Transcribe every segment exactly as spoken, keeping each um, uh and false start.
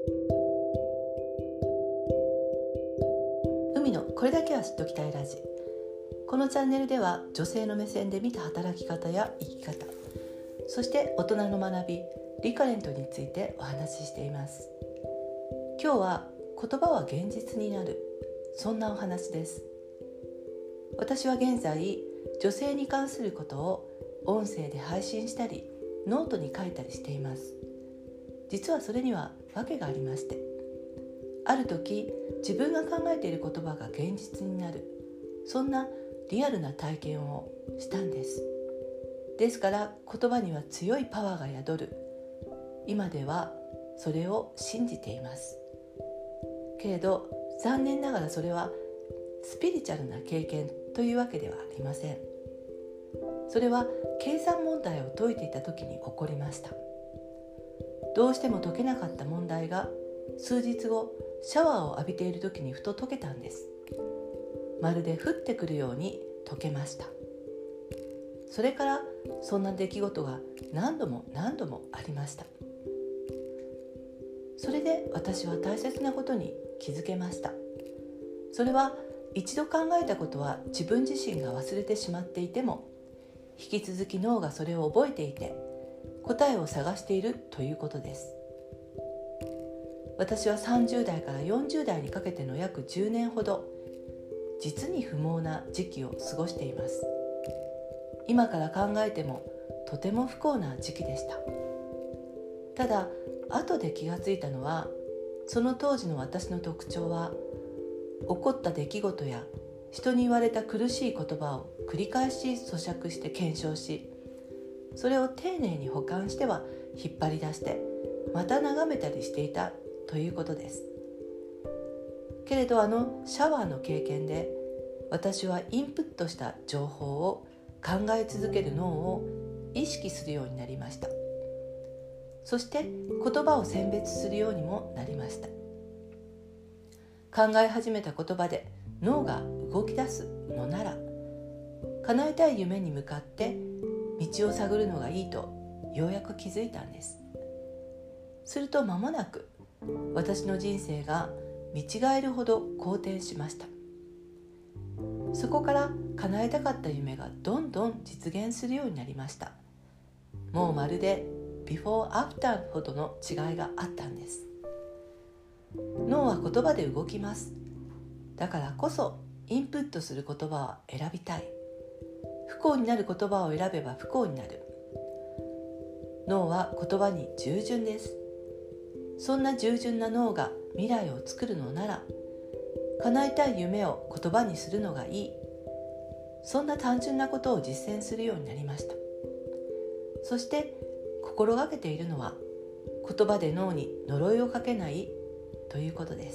海のこれだけは知っておきたいラジ。このチャンネルでは女性の目線で見た働き方や生き方、そして大人の学び、リカレントについてお話ししています。今日は言葉は現実になる、そんなお話です。私は現在女性に関することを音声で配信したりノートに書いたりしています。実はそれには訳がありまして、ある時自分が考えている言葉が現実になる、そんなリアルな体験をしたんです。ですから言葉には強いパワーが宿る。今ではそれを信じています。けれど残念ながらそれはスピリチュアルな経験というわけではありません。それは計算問題を解いていた時に起こりました。どうしても解けなかった問題が数日後シャワーを浴びている時にふと解けたんです。まるで降ってくるように解けました。それからそんな出来事が何度も何度もありました。それで私は大切なことに気づけました。それは一度考えたことは自分自身が忘れてしまっていても、引き続き脳がそれを覚えていて答えを探しているということです。私はさんじゅう代からよんじゅう代にかけての約じゅうねんほど、実に不毛な時期を過ごしています。今から考えてもとても不幸な時期でした。ただ後で気がついたのは、その当時の私の特徴は、起こった出来事や人に言われた苦しい言葉を繰り返し咀嚼して検証し、それを丁寧に保管しては引っ張り出してまた眺めたりしていたということです。けれどあのシャワーの経験で、私はインプットした情報を考え続ける脳を意識するようになりました。そして言葉を選別するようにもなりました。考え始めた言葉で脳が動き出すのなら、叶えたい夢に向かって道を探るのがいいとようやく気づいたんです。すると間もなく私の人生が見違えるほど好転しました。そこから叶えたかった夢がどんどん実現するようになりました。もうまるでビフォーアフターほどの違いがあったんです。脳は言葉で動きます。だからこそインプットする言葉は選びたい。不幸になる言葉を選べば不幸になる。脳は言葉に従順です。そんな従順な脳が未来を作るのなら、叶えたい夢を言葉にするのがいい。そんな単純なことを実践するようになりました。そして心がけているのは、言葉で脳に呪いをかけないということです。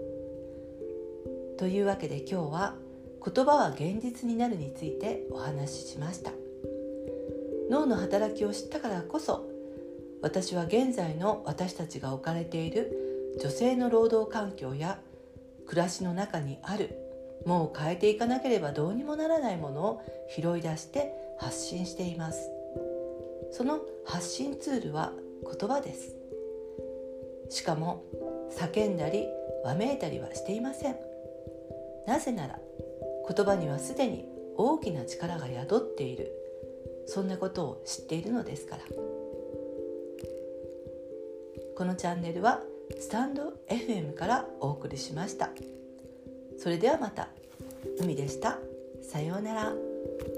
というわけで今日は言葉は現実になるについてお話ししました。脳の働きを知ったからこそ、私は現在の私たちが置かれている女性の労働環境や暮らしの中にある、もう変えていかなければどうにもならないものを拾い出して発信しています。その発信ツールは言葉です。しかも叫んだりわめいたりはしていません。なぜなら言葉にはすでに大きな力が宿っている、そんなことを知っているのですから。このチャンネルはスタンド エフエム からお送りしました。それではまた。海でした。さようなら。